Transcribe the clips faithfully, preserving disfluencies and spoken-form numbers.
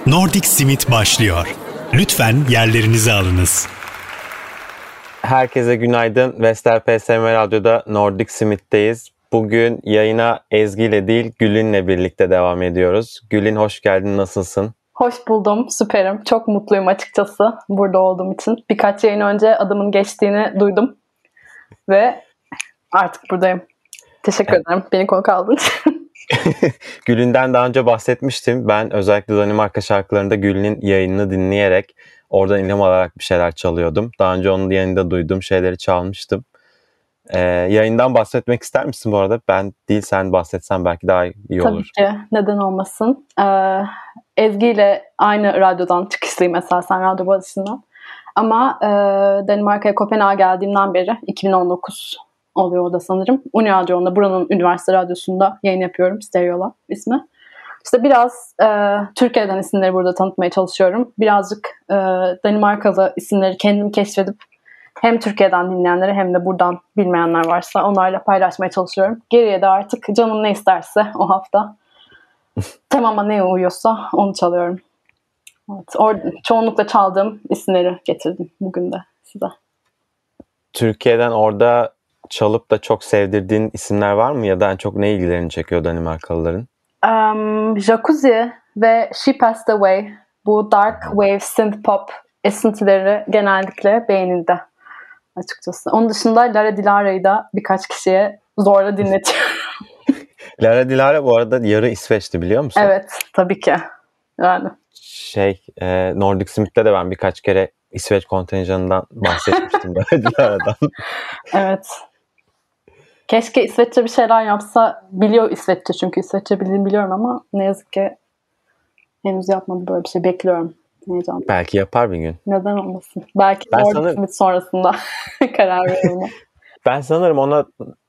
Nordic Simit başlıyor. Lütfen yerlerinizi alınız. Herkese günaydın. Vestel P S M Radyo'da Nordic Simit'teyiz. Bugün yayına Ezgi ile değil Gülin'le birlikte devam ediyoruz. Gülin hoş geldin, nasılsın? Hoş buldum, süperim. Çok mutluyum açıkçası burada olduğum için. Birkaç yayın önce adımın geçtiğini duydum ve artık buradayım. Teşekkür evet. ederim beni konuk aldığın için. Gülin'den daha önce bahsetmiştim. Ben özellikle Danimarka şarkılarında Gülin'in yayınını dinleyerek oradan ilham alarak bir şeyler çalıyordum. Daha önce onun yayında duyduğum şeyleri çalmıştım. Ee, yayından bahsetmek ister misin bu arada? Ben değil, sen bahsetsen belki daha iyi olur. Tabii ki. Neden olmasın? Ee, Ezgi ile aynı radyodan çıkışlıyım esasen, radyo bazısından. Ama e, Danimarka'ya Kopenhag'a geldiğimden beri iki bin on dokuz oluyor o da sanırım. Uni Radyo'nda, buranın üniversite radyosunda yayın yapıyorum. Stereolab ismi. İşte biraz e, Türkiye'den isimleri burada tanıtmaya çalışıyorum. Birazcık e, Danimarkalı isimleri kendim keşfedip hem Türkiye'den dinleyenlere hem de buradan bilmeyenler varsa onlarla paylaşmaya çalışıyorum. Geriye de artık canım ne isterse o hafta temama ne uyuyorsa onu çalıyorum. Evet, or- çoğunlukla çaldığım isimleri getirdim bugün de size. Türkiye'den orada çalıp da çok sevdirdiğin isimler var mı? Ya da en çok ne ilgilerini çekiyor Danimarkalıların? Um, Jacuzzi ve She Passed Away, bu dark wave synth pop esintileri genellikle beğenildi açıkçası. Onun dışında Lara Dilara'yı da birkaç kişiye zorla dinletiyorum. Lara Dilara bu arada yarı İsveç'ti, biliyor musun? Evet, tabii ki. Yani. Şey, e, Nordic Smith'te de ben birkaç kere İsveç kontenjanından bahsetmiştim Lara Dilara'dan. Evet. Keşke İsveççe bir şeyler yapsa. Biliyor İsveççe, çünkü İsveççe bildiğimi biliyorum ama ne yazık ki henüz yapmadı böyle bir şey. Bekliyorum. Heyecanlı. Belki yapar bir gün. Neden olmasın? Belki ben Nordic sanırım, Smith sonrasında karar veririm. Ben sanırım ona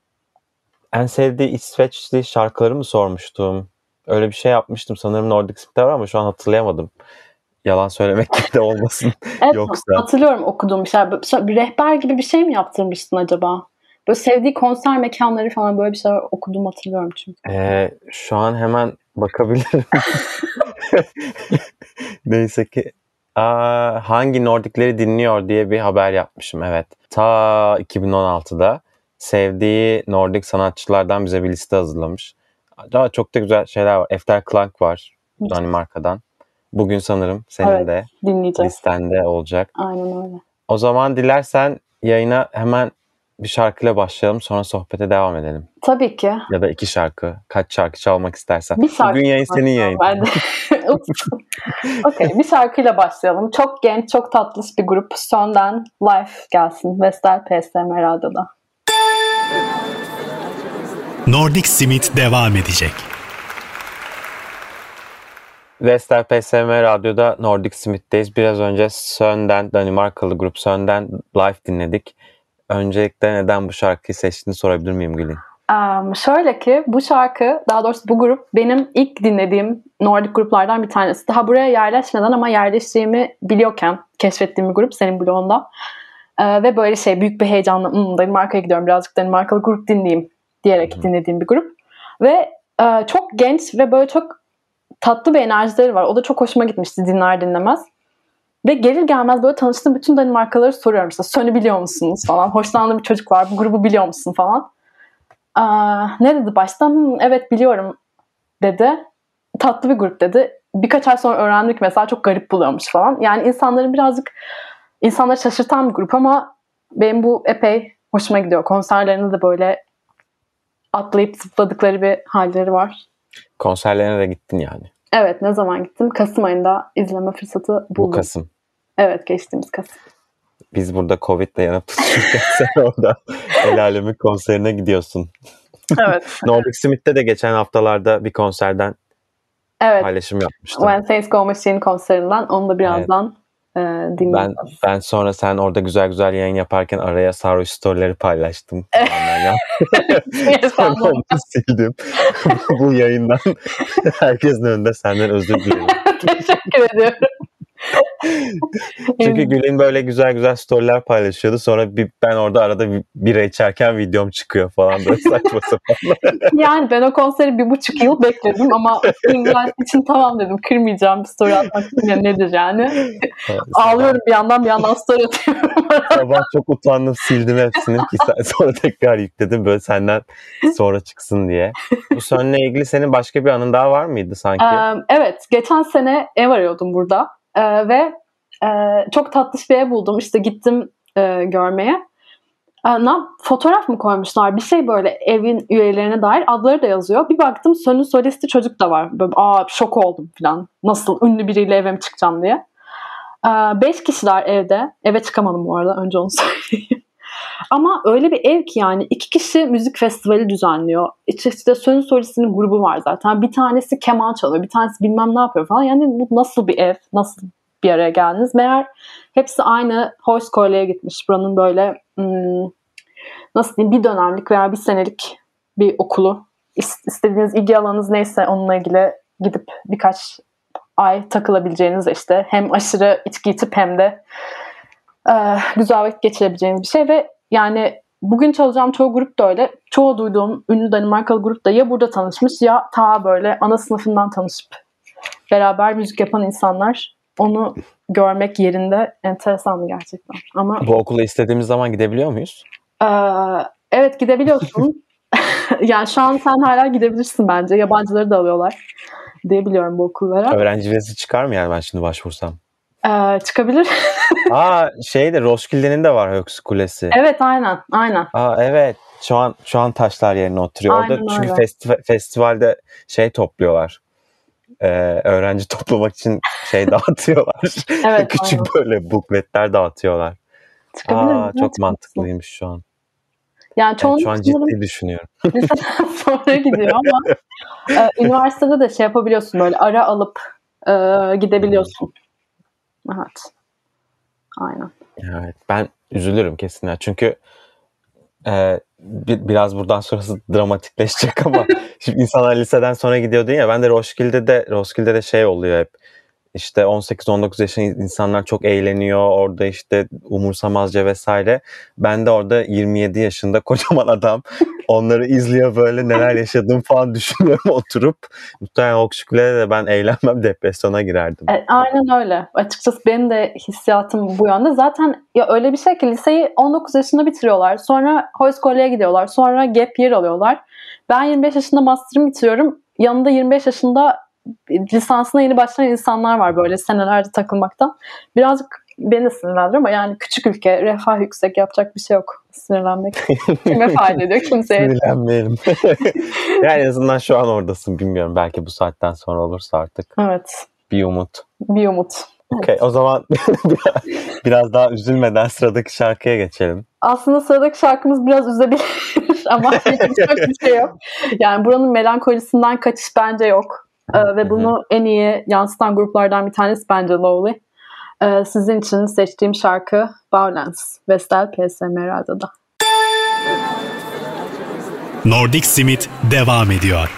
en sevdiği İsveçli şarkıları mı sormuştum? Öyle bir şey yapmıştım sanırım Nordic Smith'te var ama şu an hatırlayamadım. Yalan söylemek gibi de olmasın. Evet, yoksa. Hatırlıyorum okuduğum bir şey. Bir rehber gibi bir şey mi yaptırmıştın acaba? Böyle sevdiği konser mekanları falan, böyle bir şeyler okuduğumu hatırlıyorum çünkü. Ee, şu an hemen bakabilirim. Neyse ki. Aa, hangi Nordikleri dinliyor diye bir haber yapmışım, evet. Ta iki bin on altıda sevdiği Nordik sanatçılardan bize bir liste hazırlamış. Daha çok da güzel şeyler var. Efter Klank var Danimarka'dan. Bugün sanırım senin evet, de dinleyeceğiz. listende olacak. Aynen öyle. O zaman dilersen yayına hemen bir şarkıyla başlayalım, sonra sohbete devam edelim. Tabii ki. Ya da iki şarkı. Kaç şarkı çalmak istersen. Bir şarkı. Bugün yayın senin yayın. Okey, bir şarkıyla başlayalım. Çok genç, çok tatlış bir grup. Sön'den Life gelsin. Vestel P S M Radyo'da. Nordic Simit devam edecek. Vestel P S M Radyo'da Nordic Smith'teyiz. Biraz önce Sön'den, Danimarkalı grup Sön'den Life dinledik. Öncelikle neden bu şarkıyı seçtiğini sorabilir miyim Gülün? Um, şöyle ki, bu şarkı, daha doğrusu bu grup benim ilk dinlediğim Nordik gruplardan bir tanesi. Daha buraya yerleşmeden ama yerleştiğimi biliyorken keşfettiğim bir grup, senin blogunda. Ee, ve böyle şey, büyük bir heyecanla hmm, Danimarka'ya gidiyorum, birazcık Danimarkalı grup dinleyeyim diyerek hmm. dinlediğim bir grup. Ve e, çok genç ve böyle çok tatlı bir enerjileri var. O da çok hoşuma gitmişti dinler dinlemez. Ve gelir gelmez böyle tanıştığım bütün Danimarkalıları soruyorum. İşte Sön'ü biliyor musunuz falan. Hoşlandığım bir çocuk var, bu grubu biliyor musun falan. Aa, ne dedi baştan? Hmm, evet biliyorum dedi. Tatlı bir grup dedi. Birkaç ay sonra öğrendik mesela çok garip buluyormuş falan. Yani insanların birazcık, insanları şaşırtan bir grup ama benim bu epey hoşuma gidiyor. Konserlerinde de böyle atlayıp zıpladıkları bir halleri var. Konserlerine de gittin yani. Evet, ne zaman gittim? Kasım ayında izleme fırsatı buldum. Bu Kasım. Evet, geçtiğimiz Kasım. Biz burada Covid'le yanıp tutuşurken sen orada El Alem'in konserine gidiyorsun. Evet. Nordic Smith'te de geçen haftalarda bir konserden evet. paylaşım yapmıştım. When Saints Go Machine konserinden, onu da birazdan evet. e, dinleyeceğiz. Ben, ben sonra sen orada güzel güzel yayın yaparken araya sarhoş storyleri paylaştım. Sonra onu sildim. Bu yayından herkesin önünde senden özür dilerim. Teşekkür ediyorum. Çünkü Gül'ün böyle güzel güzel storyler paylaşıyordu. Sonra bir, ben orada arada bir, bira içerken videom çıkıyor falan böyle saçma sapan. Yani ben o konseri bir buçuk yıl bekledim ama güzel için tamam dedim. Kırmayacağım bir story atmak için ya nedir yani. Ağlıyorum bir yandan bir yandan story atıyorum. Sabah çok utandım, sildim hepsini. İki saat sonra tekrar yükledim böyle senden sonra çıksın diye. Bu seninle ilgili senin başka bir anın daha var mıydı sanki? Ee, evet, geçen sene ev arıyordum burada ee, ve e, çok tatlış bir ev buldum. İşte gittim e, görmeye. Ee, fotoğraf mı koymuşlar? Bir şey böyle evin üyelerine dair adları da yazıyor. Bir baktım Sön'ün solisti çocuk da var. Böyle, aa şok oldum falan. Nasıl ünlü biriyle eve mi çıkacağım diye. Ee, beş kişiler evde. Eve çıkamadım bu arada. Önce onu söyleyeyim. Ama öyle bir ev ki yani iki kişi müzik festivali düzenliyor. İçerisinde Sön'ün solistinin grubu var zaten. Bir tanesi keman çalıyor, bir tanesi bilmem ne yapıyor falan. Yani bu nasıl bir ev, nasıl bir araya geldiniz? Meğer hepsi aynı Hoyskole'ye gitmiş. Buranın böyle hmm, nasıl diyeyim bir dönemlik veya bir senelik bir okulu. İstediğiniz ilgi alanınız neyse onunla ilgili gidip birkaç ay takılabileceğiniz işte hem aşırı içki içip hem de e, güzel vakit geçirebileceğiniz bir şey ve yani bugün çalacağım çoğu grup da öyle. Çoğu duyduğum ünlü Danimarkalı grup da ya burada tanışmış ya ta böyle ana sınıfından tanışıp beraber müzik yapan insanlar. Onu görmek yerinde enteresan gerçekten. Ama bu okula istediğimiz zaman gidebiliyor muyuz? E, evet gidebiliyorsun. Yani şu an sen hala gidebilirsin bence. Yabancıları da alıyorlar diye biliyorum bu okullara. Öğrenci vizesi çıkar mı yani ben şimdi başvursam? Ee, çıkabilir. Aa şeyde Roskilde'nin de var Höks Kulesi. Evet aynen aynen. Aa evet şu an şu an taşlar yerine oturuyor. Aynen Orada çünkü öyle. festival, festivalde şey topluyorlar. Ee, öğrenci toplamak için şey dağıtıyorlar. Evet, küçük aynen. böyle bukletler dağıtıyorlar. Çıkabilir. Aa Neden çok çıkmasın? mantıklıymış şu an. Yani çoğunluk Evet, şu an sanırım ciddi düşünüyorum. liseden sonra gidiyor ama e, üniversitede de şey yapabiliyorsun böyle ara alıp e, gidebiliyorsun. Evet. Aynen. Evet, ben üzülürüm kesinlikle. Çünkü e, bir, biraz buradan sonrası dramatikleşecek ama şimdi insanlar liseden sonra gidiyordu ya ben de Roskilde'de de Roskilde'de şey oluyor hep. İşte on sekiz on dokuz yaşında insanlar çok eğleniyor. Orada işte umursamazca vesaire. Ben de orada yirmi yedi yaşında kocaman adam onları izliyor böyle neler yaşadığımı falan düşünüyorum oturup. Muhtemelen Okşuklu'ya de ben eğlenmem depresyona girerdim. E, aynen öyle. Açıkçası benim de hissiyatım bu yönde. Zaten ya öyle bir şey ki liseyi on dokuz yaşında bitiriyorlar. Sonra Hoyskole'ye gidiyorlar. Sonra gap year alıyorlar. Ben yirmi beş yaşında master'ımı bitiriyorum. Yanında yirmi beş yaşında lisansına yeni başlayan insanlar var böyle senelerce takılmaktan. Birazcık beni sinirlendiriyor ama yani küçük ülke, refah yüksek, yapacak bir şey yok. Sinirlenmek kime fayda ediyor? Kimseye. Sinirlenmeyelim. Yani en azından şu an oradasın bilmiyorum. Belki bu saatten sonra olursa artık. Evet. Bir umut. Bir umut. Okey, Evet. o zaman biraz daha üzülmeden sıradaki şarkıya geçelim. Aslında sıradaki şarkımız biraz üzebilir ama yapacak bir şey yok. Yani buranın melankolisinden kaçış bence yok. Ee, ve bunu en iyi yansıtan gruplardan bir tanesi bence Lovely. Ee, sizin için seçtiğim şarkı Violence. Vestel P S M Radyo'da. Nordic Simit devam ediyor.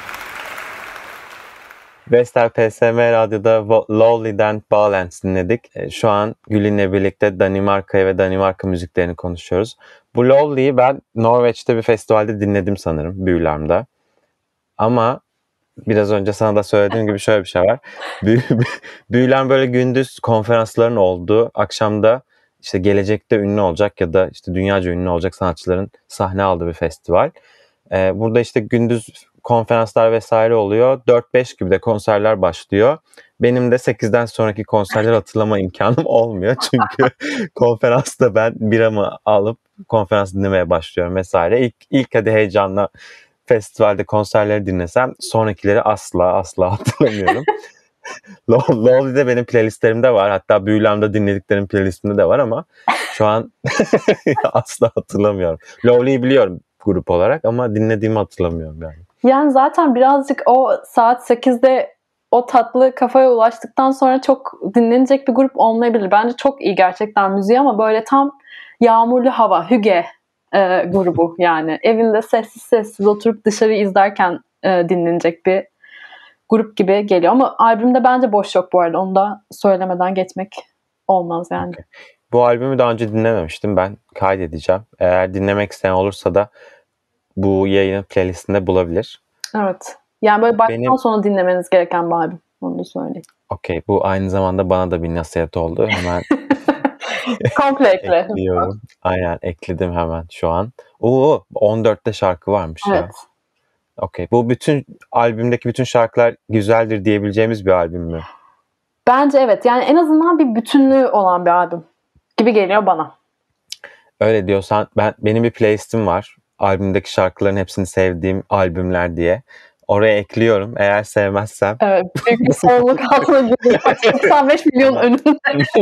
Vestel P S M Radyo'da Lovely'den Balance dinledik. Şu an Gül'inle birlikte Danimarka'yı ve Danimarka müziklerini konuşuyoruz. Bu Lovely'yi ben Norveç'te bir festivalde dinledim sanırım, Büyüler'de. Ama biraz önce sana da söylediğim gibi şöyle bir şey var. Büyüler böyle gündüz konferansların olduğu, akşamda işte gelecekte ünlü olacak ya da işte dünyaca ünlü olacak sanatçıların sahne aldığı bir festival. Ee, burada işte gündüz konferanslar vesaire oluyor. dört beş gibi de konserler başlıyor. Benim de sekizden sonraki konserler hatırlama imkanım olmuyor. Çünkü konferansta ben biramı alıp konferans dinlemeye başlıyorum vesaire. İlk, ilk hadi heyecanla festivalde konserleri dinlesem sonrakileri asla asla hatırlamıyorum. Lovely de benim playlistlerimde var. Hatta Büyülem'de dinlediklerim playlistimde de var ama şu an asla hatırlamıyorum. Lovely'yi biliyorum grup olarak ama dinlediğimi hatırlamıyorum yani. Yani zaten birazcık o saat sekizde o tatlı kafaya ulaştıktan sonra çok dinlenecek bir grup olmayabilir. Bence çok iyi gerçekten müziği ama böyle tam yağmurlu hava, hüge e, grubu yani. Evinde sessiz sessiz oturup dışarı izlerken e, dinlenecek bir grup gibi geliyor. Ama albümde bence boş yok bu arada. Onu da söylemeden geçmek olmaz yani. Okay. Bu albümü daha önce dinlememiştim. Ben kaydedeceğim. Eğer dinlemek isteyen olursa da bu yayının playlistinde bulabilir. Evet. Yani böyle baştan Benim... sona dinlemeniz gereken bir albüm. Onu da söyleyeyim. Okey. Bu aynı zamanda bana da bir nasihat oldu. Hemen komple ekle. ekliyorum. Aynen ekledim hemen şu an. Oo, on dörtte şarkı varmış evet. ya. Okey. Bu bütün albümdeki bütün şarkılar güzeldir diyebileceğimiz bir albüm mü? Bence evet. Yani en azından bir bütünlüğü olan bir albüm gibi geliyor bana. Öyle diyorsan ben benim bir playlistim var. Albümdeki şarkıların hepsini sevdiğim albümler diye. Oraya ekliyorum. Eğer sevmezsem. Evet. Büyük bir sorumluluk altına giriyor. seksen beş milyon önünde.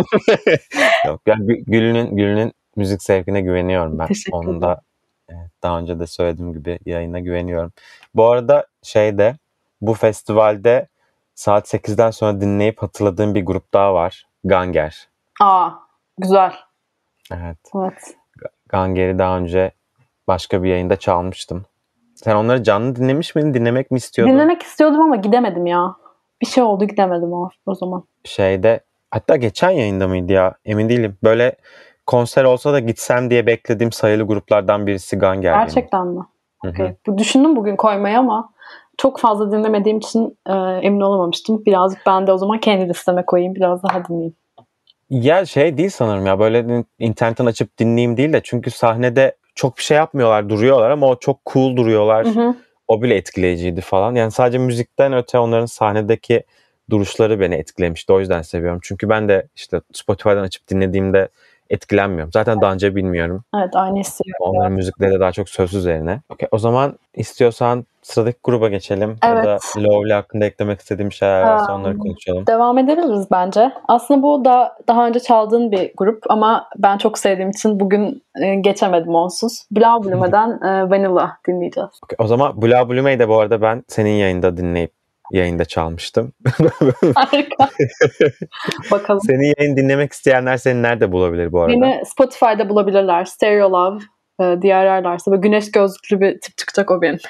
Yok. Yani Gül'ün Gül'ün müzik zevkine güveniyorum ben. Teşekkür ederim. Onun da evet, daha önce de söylediğim gibi yayına güveniyorum. Bu arada şeyde bu festivalde saat sekizden sonra dinleyip hatırladığım bir grup daha var. Ganger. Aa, güzel. Evet. Evet. Ganger'i daha önce başka bir yayında çalmıştım. Sen onları canlı dinlemiş miydin? Dinlemek mi istiyordun? Dinlemek istiyordum ama gidemedim ya. Bir şey oldu, gidemedim o, o zaman. Şeyde hatta geçen yayında mıydı ya? Emin değilim. Böyle konser olsa da gitsem diye beklediğim sayılı gruplardan birisi Ganger. Gerçekten mi? Okay. Bu düşündüm bugün koymayı ama çok fazla dinlemediğim için e, emin olamamıştım. Birazcık ben de o zaman kendi listeme koyayım. Biraz daha dinleyeyim. Ya şey değil sanırım ya. Böyle internetten açıp dinleyeyim değil de çünkü sahnede çok bir şey yapmıyorlar, duruyorlar ama o çok cool duruyorlar. Hı hı. O bile etkileyiciydi falan. Yani sadece müzikten öte onların sahnedeki duruşları beni etkilemişti. O yüzden seviyorum. Çünkü ben de işte Spotify'dan açıp dinlediğimde etkilenmiyorum. Zaten daha önce bilmiyorum. Evet, aynı hissediyorum. Onların müzikleri de daha çok söz üzerine. Okay, o zaman istiyorsan sıradaki gruba geçelim. Evet. Ya da Lovely hakkında eklemek istediğim şeyler varsa um, onları konuşalım. Devam edebiliriz bence. Aslında bu da daha önce çaldığın bir grup ama ben çok sevdiğim için bugün e, geçemedim onsuz. Blau Blume'den e, Vanilla dinleyeceğiz. Okay, o zaman Blau Blume'yi de bu arada ben senin yayında dinleyip yayında çalmıştım. Harika. Bakalım. Senin yayın dinlemek isteyenler seni nerede bulabilir bu arada? Beni Spotify'da bulabilirler. Stereo Love e, diye ararlarsa. Böyle güneş gözlüklü bir tip çıkacak o benim.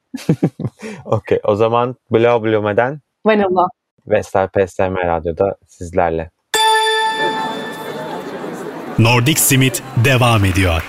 Okey. O zaman Blau Blume'den Vanilla. Vestel P S M Radyo'da sizlerle. Nordic Simit devam ediyor.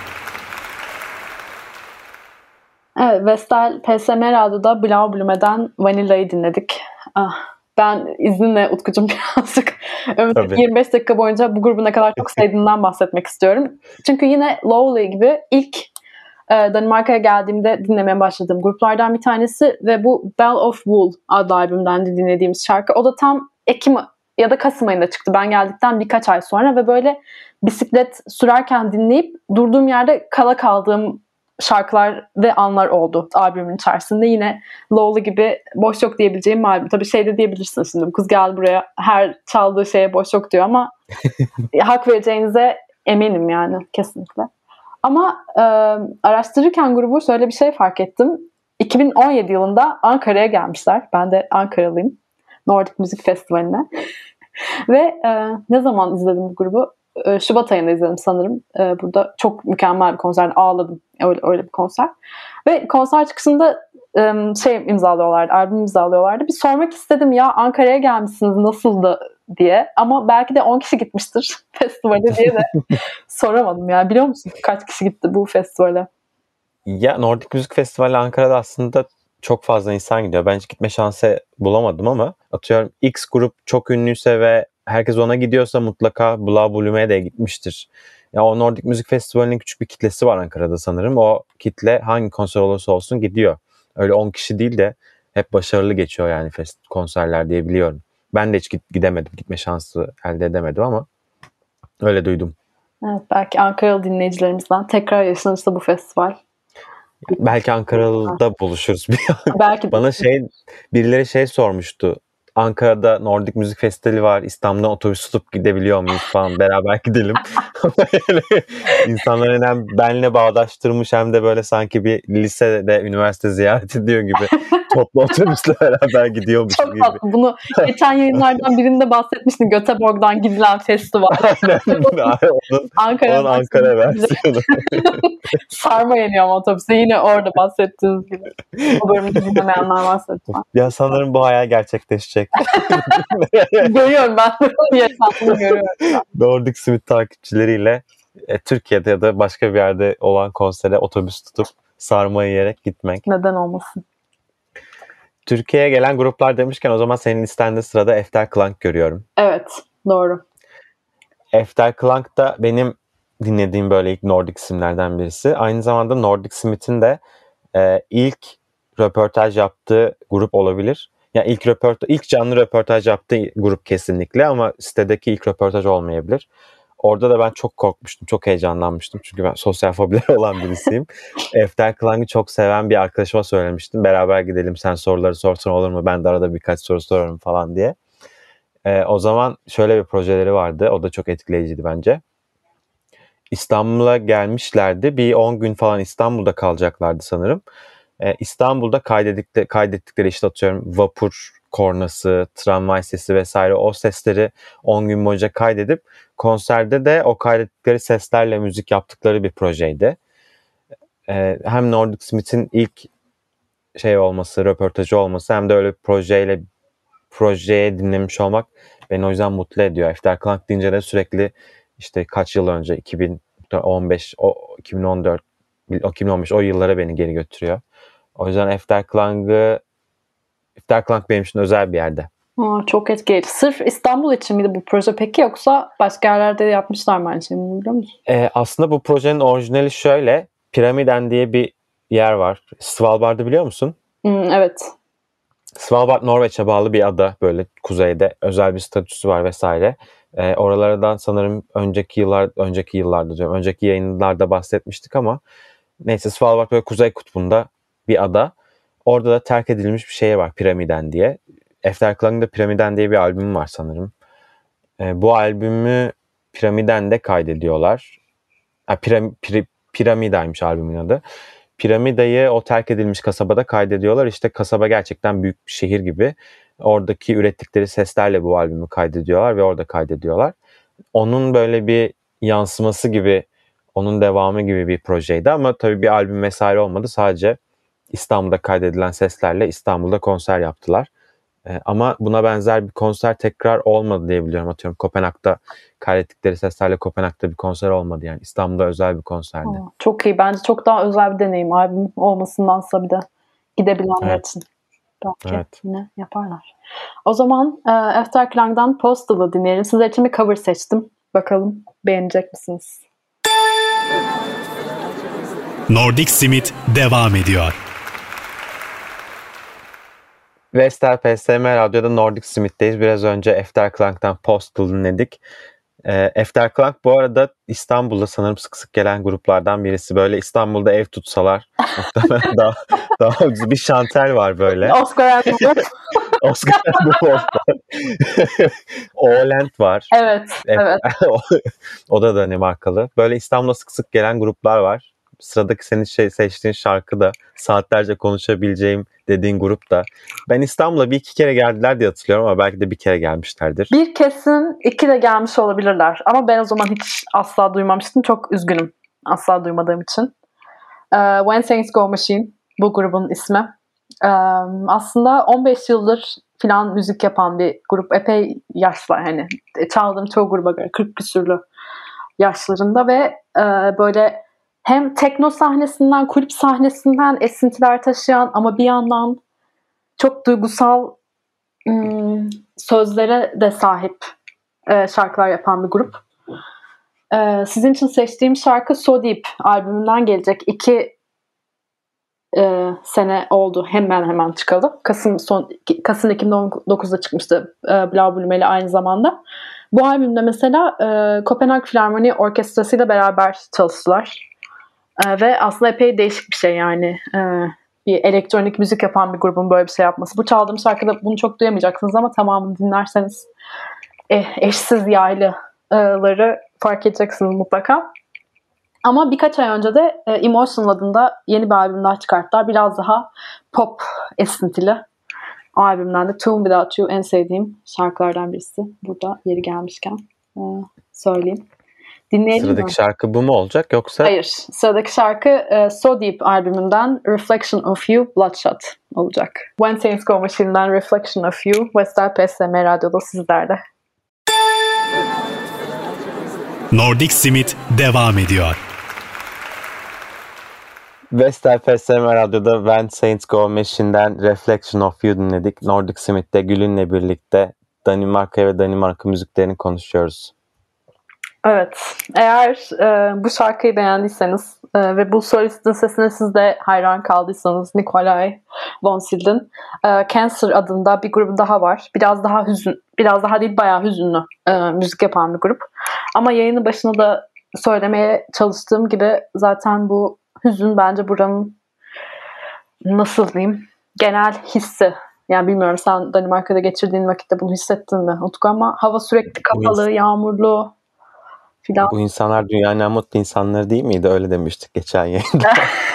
Evet, Vestel P S M Radyo'da Blau Blume'den Vanilla'yı dinledik. Ah, ben izninle Utkucuğum birazcık yirmi beş dakika boyunca bu grubu ne kadar çok sevdiğimden bahsetmek istiyorum. Çünkü yine Lovely gibi ilk e, Danimarka'ya geldiğimde dinlemeye başladığım gruplardan bir tanesi ve bu Bell of Wool adlı albümden de dinlediğimiz şarkı. O da tam Ekim ya da Kasım ayında çıktı. Ben geldikten birkaç ay sonra ve böyle bisiklet sürerken dinleyip durduğum yerde kala kaldığım şarkılar ve anlar oldu albümün içerisinde. Yine Lovely gibi boş yok diyebileceğim bir albüm. Tabii şey de diyebilirsin şimdi. Bu kız geldi buraya her çaldığı şeye boş yok diyor ama hak vereceğinize eminim yani kesinlikle. Ama e, araştırırken grubu şöyle bir şey fark ettim. iki bin on yedi yılında Ankara'ya gelmişler. Ben de Ankaralıyım. Nordic Müzik Festivali'ne. Ve e, ne zaman izledim bu grubu? E, Şubat ayında izledim sanırım. E, burada çok mükemmel bir konser. Ağladım. Öyle, öyle bir konser. Ve konser çıkışında e, şey imzalıyorlardı. Albüm imzalıyorlardı. Bir sormak istedim ya Ankara'ya gelmişsiniz nasıldı diye. Ama belki de on kişi gitmiştir festivale diye de soramadım. Yani biliyor musun kaç kişi gitti bu festivale? Ya Nordic Müzik Festivali Ankara'da aslında çok fazla insan gidiyor. Ben hiç gitme şansı bulamadım ama atıyorum X grup çok ünlüyse ve herkes ona gidiyorsa mutlaka Blau Blume'ye de gitmiştir. Ya o Nordic Müzik Festivali'nin küçük bir kitlesi var Ankara'da sanırım. O kitle hangi konser olursa olsun gidiyor. Öyle on kişi değil de hep başarılı geçiyor yani fest konserler diye biliyorum. Ben de hiç gidemedim. Gitme şansı elde edemedim ama öyle duydum. Evet, belki Ankaralı dinleyicilerimizden tekrar yaşanırsa bu festival. Belki Ankaralı'da buluşuruz bir an. Belki Bana şey birileri şey sormuştu. Ankara'da Nordik Müzik Festivali var. İstanbul'dan otobüs tutup gidebiliyor muyuz falan, beraber gidelim. Yani insanlar hem benle bağdaştırmış hem de böyle sanki bir lisede, üniversite ziyaret ediyor gibi toplu otobüsle beraber gidiyormuş Çok gibi. tatlı. Bunu geçen yayınlardan birinde bahsetmiştin. Göteborg'dan gidilen festival. Aynen. onun, Ankara'dan onun Ankara versiyonu. Sarma yeniyor ama otobüse. Yine orada bahsettiğiniz gibi. O bölümü dinlemeyenler varsa lütfen. Ya sanırım bu hayal gerçekleşecek. Görüyorum ben. Yaşantımı görüyorum. Nordic Smith takipçileriyle e, Türkiye'de ya da başka bir yerde olan konsere otobüs tutup sarma yiyerek gitmek. Neden olmasın? Türkiye'ye gelen gruplar demişken o zaman senin listende sırada Efterklang görüyorum. Evet, doğru. Efterklang da benim dinlediğim böyle ilk Nordic isimlerden birisi. Aynı zamanda Nordic Smith'in de e, ilk röportaj yaptığı grup olabilir. Yani ilk röportaj, ilk canlı röportaj yaptığı grup kesinlikle, ama sitedeki ilk röportaj olmayabilir. Orada da ben çok korkmuştum, çok heyecanlanmıştım. Çünkü ben sosyal fobileri olan birisiyim. Efterklang'ı çok seven bir arkadaşıma söylemiştim. Beraber gidelim, sen soruları sorsan olur mu? Ben de arada birkaç soru sorarım falan diye. Ee, o zaman şöyle bir projeleri vardı. O da çok etkileyiciydi bence. İstanbul'a gelmişlerdi. Bir on gün falan İstanbul'da kalacaklardı sanırım. Ee, İstanbul'da kaydettikleri, kaydettikleri işte atıyorum vapur kornası, tramvay sesi vesaire, o sesleri on gün boyunca kaydedip konserde de o kaydettikleri seslerle müzik yaptıkları bir projeydi. Ee, hem Nordic Smith'in ilk şey olması, röportajı olması, hem de öyle bir projeyle projeye dinlemiş olmak beni o yüzden mutlu ediyor. Efterklang deyince de sürekli işte kaç yıl önce, iki bin on beş, o iki bin on dört, iki bin on beş, o yıllara beni geri götürüyor. O yüzden Efterklang'ı Efterklang benim için özel bir yerde. Aa, çok etkileyici. Sırf İstanbul için miydi bu proje peki, yoksa başka yerlerde de yapmışlar mı aynı şeyi, biliyor musun? Ee, aslında bu projenin orijinali şöyle. Pyramiden diye bir yer var. Svalbard'ı biliyor musun? Hmm, evet. Svalbard Norveç'e bağlı bir ada, böyle kuzeyde, özel bir statüsü var vesaire. Ee, oralardan sanırım önceki yıllar önceki yıllarda diyorum. Önceki yayınlarda bahsetmiştik ama neyse, Svalbard böyle kuzey kutbunda bir ada. Orada da terk edilmiş bir şehir var, Pyramiden diye. Efterklang'ın da Pyramiden diye bir albüm var sanırım. Ee, bu albümü Pyramiden kaydediyorlar. Ha, Piram, Pir, Piramida'ymış albümün adı. Piramida'yı o terk edilmiş kasabada kaydediyorlar. İşte kasaba gerçekten büyük bir şehir gibi. Oradaki ürettikleri seslerle bu albümü kaydediyorlar ve orada kaydediyorlar. Onun böyle bir yansıması gibi, onun devamı gibi bir projeydi ama tabii bir albüm vesaire olmadı. Sadece İstanbul'da kaydedilen seslerle İstanbul'da konser yaptılar. Ee, ama buna benzer bir konser tekrar olmadı diye biliyorum. Atıyorum Kopenhag'da kaydettikleri seslerle Kopenhag'da bir konser olmadı yani. İstanbul'da özel bir konserdi. Aa, çok iyi. Bence çok daha özel bir deneyim. Albüm olmasındansa bir de gidebilenler Evet. için. Belki Evet. yine yaparlar. O zaman e, Efterklang'dan Postal'ı dinleyelim. Sizler için bir cover seçtim. Bakalım beğenecek misiniz? Nordic Smith devam ediyor. Vestel P S M Radyo'da Nordic Smith'teyiz. Biraz önce Efterklang'dan Postal dinledik. E, Efterklang bu arada İstanbul'da sanırım sık sık gelen gruplardan birisi. Böyle İstanbul'da ev tutsalar muhtemelen daha, daha ucuz bir şantel var böyle. Oscar Andrew. Oscar Andrew var. Oland var. Evet, evet. o, o da Danimarkalı. Böyle İstanbul'da sık sık gelen gruplar var. Sıradaki senin şey, seçtiğin şarkı da saatlerce konuşabileceğim dediğin grup da. Ben İstanbul'a bir iki kere geldiler diye hatırlıyorum ama belki de bir kere gelmişlerdir. Bir kesin iki de gelmiş olabilirler. Ama ben o zaman hiç asla duymamıştım. Çok üzgünüm asla duymadığım için. Uh, When Saints Go Machine bu grubun ismi. Um, aslında on beş yıldır falan müzik yapan bir grup. Epey yaşlı, hani çaldığım çoğu gruba göre kırk küsürlü yaşlarında ve uh, böyle hem tekno sahnesinden, kulüp sahnesinden esintiler taşıyan ama bir yandan çok duygusal ım, sözlere de sahip e, şarkılar yapan bir grup. E, sizin için seçtiğim şarkı So Deep albümünden gelecek. İki e, sene oldu hemen hemen çıkalı. Kasım son Kasım iki bin on dokuzda çıkmıştı e, Blau Blumeli aynı zamanda. Bu albümde mesela e, Kopenhag Filarmoni Orkestrası ile beraber çalıştılar. E, ve aslında epey değişik bir şey yani. E, bir elektronik müzik yapan bir grubun böyle bir şey yapması. Bu çaldığım şarkıda bunu çok duyamayacaksınız ama tamamını dinlerseniz e, eşsiz yaylıları fark edeceksiniz mutlaka. Ama birkaç ay önce de e, Emotional adında yeni bir albüm daha çıkarttılar. Biraz daha pop esintili. O albümden de Tune Without You en sevdiğim şarkılardan birisi. Burada yeri gelmişken e, söyleyeyim. Dinleyelim Sıradaki mi? şarkı bu mu olacak yoksa? Hayır. Sıradaki şarkı e, So Deep albümünden Reflection of You Bloodshot olacak. When Saints Go Machine'den Reflection of You Vestel P S M Radyo'da sizlerde. Nordic Simit devam ediyor. Vestel P S M Radyo'da When Saints Go Machine'den Reflection of You dinledik. Nordic Simit'te Gül'ünle birlikte Danimarka ve Danimarka müziklerini konuşuyoruz. Evet. Eğer e, bu şarkıyı beğendiyseniz e, ve bu solistin sesine siz de hayran kaldıysanız Nikolaj von Sild'in e, Cancer adında bir grubu daha var. Biraz daha hüzün, biraz daha değil bayağı hüzünlü e, müzik yapan bir grup. Ama yayının başında da söylemeye çalıştığım gibi zaten bu hüzün bence buranın nasıl diyeyim genel hissi. Yani bilmiyorum sen Danimarka'da geçirdiğin vakitte bunu hissettin mi Utku ama hava sürekli kapalı, yağmurlu. Filan. Bu insanlar dünyanın en mutlu insanları değil miydi? Öyle demiştik geçen yayında.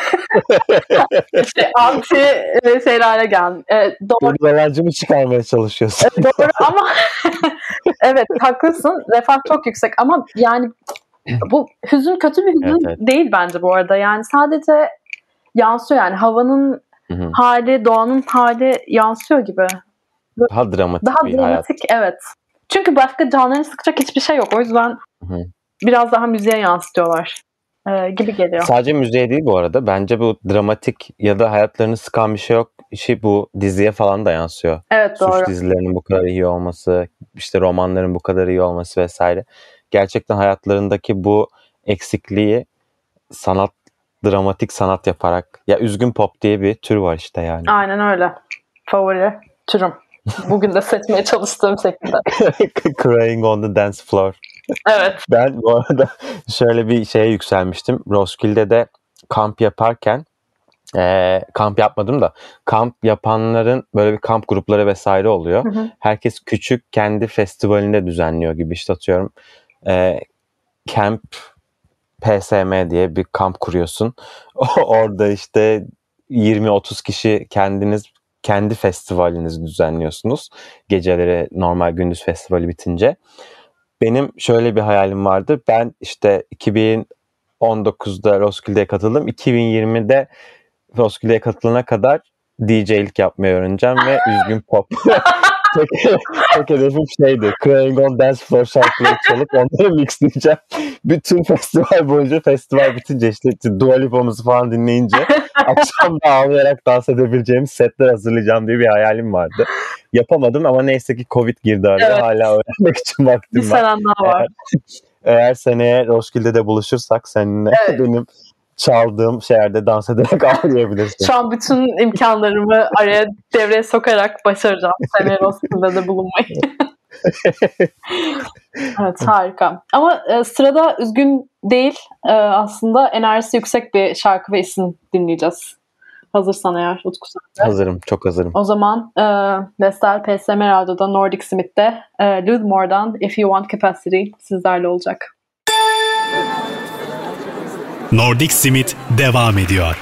işte anti şeylerle geldi. E, doğru. Yalancı mı çıkarmaya çalışıyorsun? E, doğru ama evet haklısın. Refah çok yüksek ama yani bu hüzün kötü bir hüzün evet, evet. değil bence bu arada. Yani sadece yansıyor yani havanın Hı-hı. hali, doğanın hali yansıyor gibi. Daha dramatik Daha bir dramatik, hayat. evet. Çünkü başka canlarını sıkacak hiçbir şey yok. O yüzden Hı-hı. biraz daha müziğe yansıtıyorlar ee, gibi geliyor. Sadece müziğe değil bu arada. Bence bu dramatik ya da hayatlarını sıkan bir şey yok. İşi bu diziye falan da yansıyor. Evet, doğru. Suç dizilerinin bu kadar iyi olması, işte romanların bu kadar iyi olması vesaire. Gerçekten hayatlarındaki bu eksikliği sanat, dramatik sanat yaparak. Ya üzgün pop diye bir tür var işte yani. Aynen öyle. Favori türüm. Bugün de seçmeye çalıştığım şekilde. Crying on the dance floor. Evet. Ben bu arada şöyle bir şeye yükselmiştim. Roskilde'de kamp yaparken e, kamp yapmadım da kamp yapanların böyle bir kamp grupları vesaire oluyor. Hı hı. Herkes küçük kendi festivalinde düzenliyor gibi işte atıyorum. E, Camp P S M diye bir kamp kuruyorsun. Orada işte yirmi otuz kişi kendiniz kendi festivalinizi düzenliyorsunuz. Geceleri normal gündüz festivali bitince. Benim şöyle bir hayalim vardı. Ben işte iki bin on dokuzda Roskilde'ye katıldım. iki bin yirmide Roskilde'ye katılana kadar D J'lik yapmayı öğreneceğim ve üzgün pop. tek, tek hedefim şeydi. Crying on Dance Floor şarkıları çalıp onları mixleyeceğim. Bütün festival boyunca festival bitince işte Dua Lipa'mızı falan dinleyince akşam da ağlayarak dans edebileceğimiz setler hazırlayacağım diye bir hayalim vardı. Yapamadım ama neyse ki Covid girdi araya. Evet. Hala öğrenmek için vaktim var. Bir senen daha var. Eğer, eğer seneye Roskilde'de buluşursak seninle evet. benim çaldığım şehirde dans ederek ağlayabilirsin. Şu an bütün imkanlarımı araya devreye sokarak başaracağım. Seneye Roskilde'de bulunmayı. Evet, harika. Ama e, sırada üzgün değil e, aslında enerjisi yüksek bir şarkı ve isim dinleyeceğiz. Hazırsan eğer Utku sen de. Hazırım, çok hazırım. O zaman e, Vestel P S M Radyo'da Nordic Smith'te e, Ludmore'dan If You Want Capacity sizlerle olacak. Nordic Simit devam ediyor.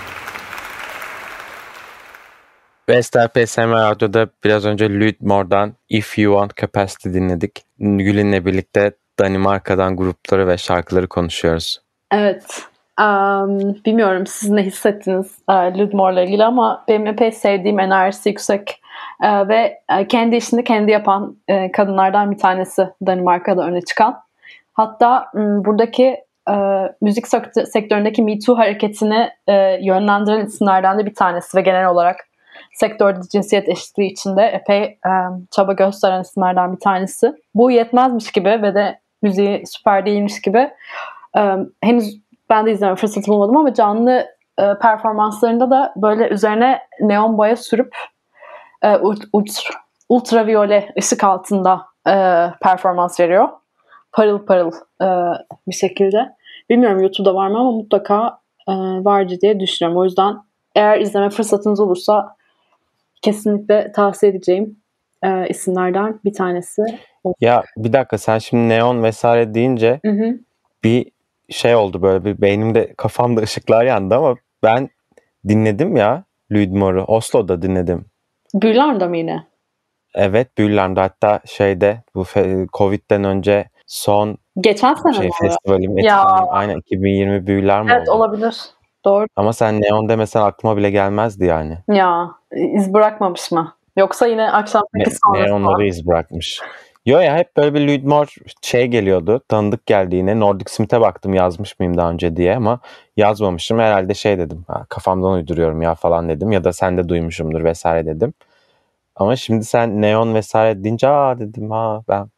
Vestel P S M Radyo'da biraz önce Ludmore'dan If You Want Capacity dinledik. Gül'ünle birlikte Danimarka'dan grupları ve şarkıları konuşuyoruz. Evet. Um, bilmiyorum siz ne hissettiniz uh, Ludmore'la ilgili ama benim epey sevdiğim enerjisi yüksek uh, ve uh, kendi işini kendi yapan uh, kadınlardan bir tanesi Danimarka'da öne çıkan. Hatta um, buradaki uh, müzik sektöründeki Me Too hareketini uh, yönlendiren isimlerden de bir tanesi ve genel olarak sektörde cinsiyet eşitliği içinde epey um, çaba gösteren isimlerden bir tanesi. Bu yetmezmiş gibi ve de müziği süper değilmiş gibi um, henüz ben de izleme fırsatı bulmadım ama canlı e, performanslarında da böyle üzerine neon boya sürüp e, ultra, ultraviyole ışık altında e, performans veriyor. Parıl parıl e, bir şekilde. Bilmiyorum YouTube'da var mı ama mutlaka e, vardı diye düşünüyorum. O yüzden eğer izleme fırsatınız olursa kesinlikle tavsiye edeceğim e, isimlerden bir tanesi. Ya bir dakika, sen şimdi neon vesaire deyince Hı hı. bir şey oldu, böyle bir beynimde, kafamda ışıklar yandı ama ben dinledim ya Lydmor'u. Oslo'da dinledim. Bülent'de mi yine? Evet, Bülent'de, hatta şeyde bu fe- Covid'den önce son Geçen sene şey mi oluyor? festivalim, Ya. etkinliğim aynen iki bin yirmi Büyüler mi Evet oldu? olabilir. Doğru. Ama sen neon demesen aklıma bile gelmezdi yani. Ya iz bırakmamış mı? Yoksa yine akşam Ne, sekiz sonrası neonları mı? iz bırakmış. Yo ya, hep böyle bir Lydmor şey geliyordu. Tanıdık geldi yine. Nordic Smith'e baktım yazmış mıyım daha önce diye ama yazmamışım. Herhalde şey dedim. Ha, kafamdan uyduruyorum ya falan dedim. Ya da sen de duymuşumdur vesaire dedim. Ama şimdi sen neon vesaire deyince aa dedim, ha ben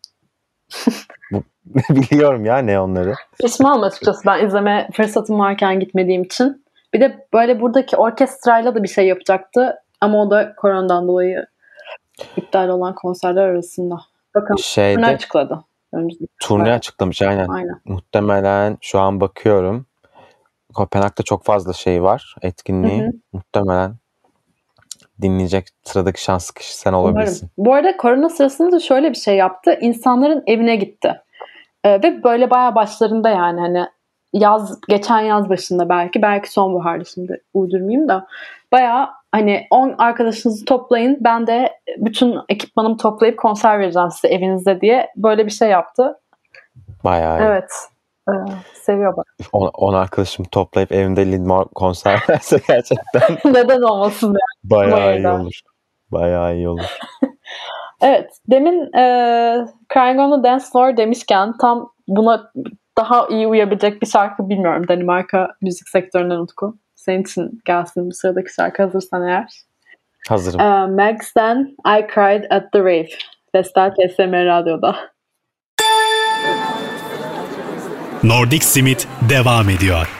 bu, biliyorum ya neonları. Pişmanım açıkçası ben izleme fırsatım varken gitmediğim için. Bir de böyle buradaki orkestrayla da bir şey yapacaktı. Ama o da koronadan dolayı iptal olan konserler arasında. Bakın turne Şeyde açıkladı. Önce- turne açıklamış aynen. Aynen. Muhtemelen şu an bakıyorum. Kopenhag'da çok fazla şey var, etkinliği. Hı hı. Muhtemelen dinleyecek sıradaki şanslı kişi sen olabilirsin. Umarım. Bu arada korona sırasında da şöyle bir şey yaptı. İnsanların evine gitti. Ee, ve böyle bayağı başlarında yani hani yaz, geçen yaz başında belki, belki sonbaharda, şimdi uydurmayayım da bayağı hani on arkadaşınızı toplayın, ben de bütün ekipmanımı toplayıp konser vereceğim size evinizde diye böyle bir şey yaptı. Bayağı iyi. Evet. Ee, seviyor bak. on arkadaşımı toplayıp evimde Lindmar konser verse gerçekten Neden olmasın yani. bayağı iyi Bayağı. olur. Bayağı iyi olur. Evet. Demin e, Crying on the Dance Floor demişken tam buna daha iyi uyabilecek bir şarkı bilmiyorum. Danimarka müzik sektöründen Utku. Senin için gelsin bu sıradaki şarkı, hazırsan eğer. Hazırım. E, Max'ten I Cried at the Rave. Vestel P S M Radyo'da. Nordic Smith devam ediyor.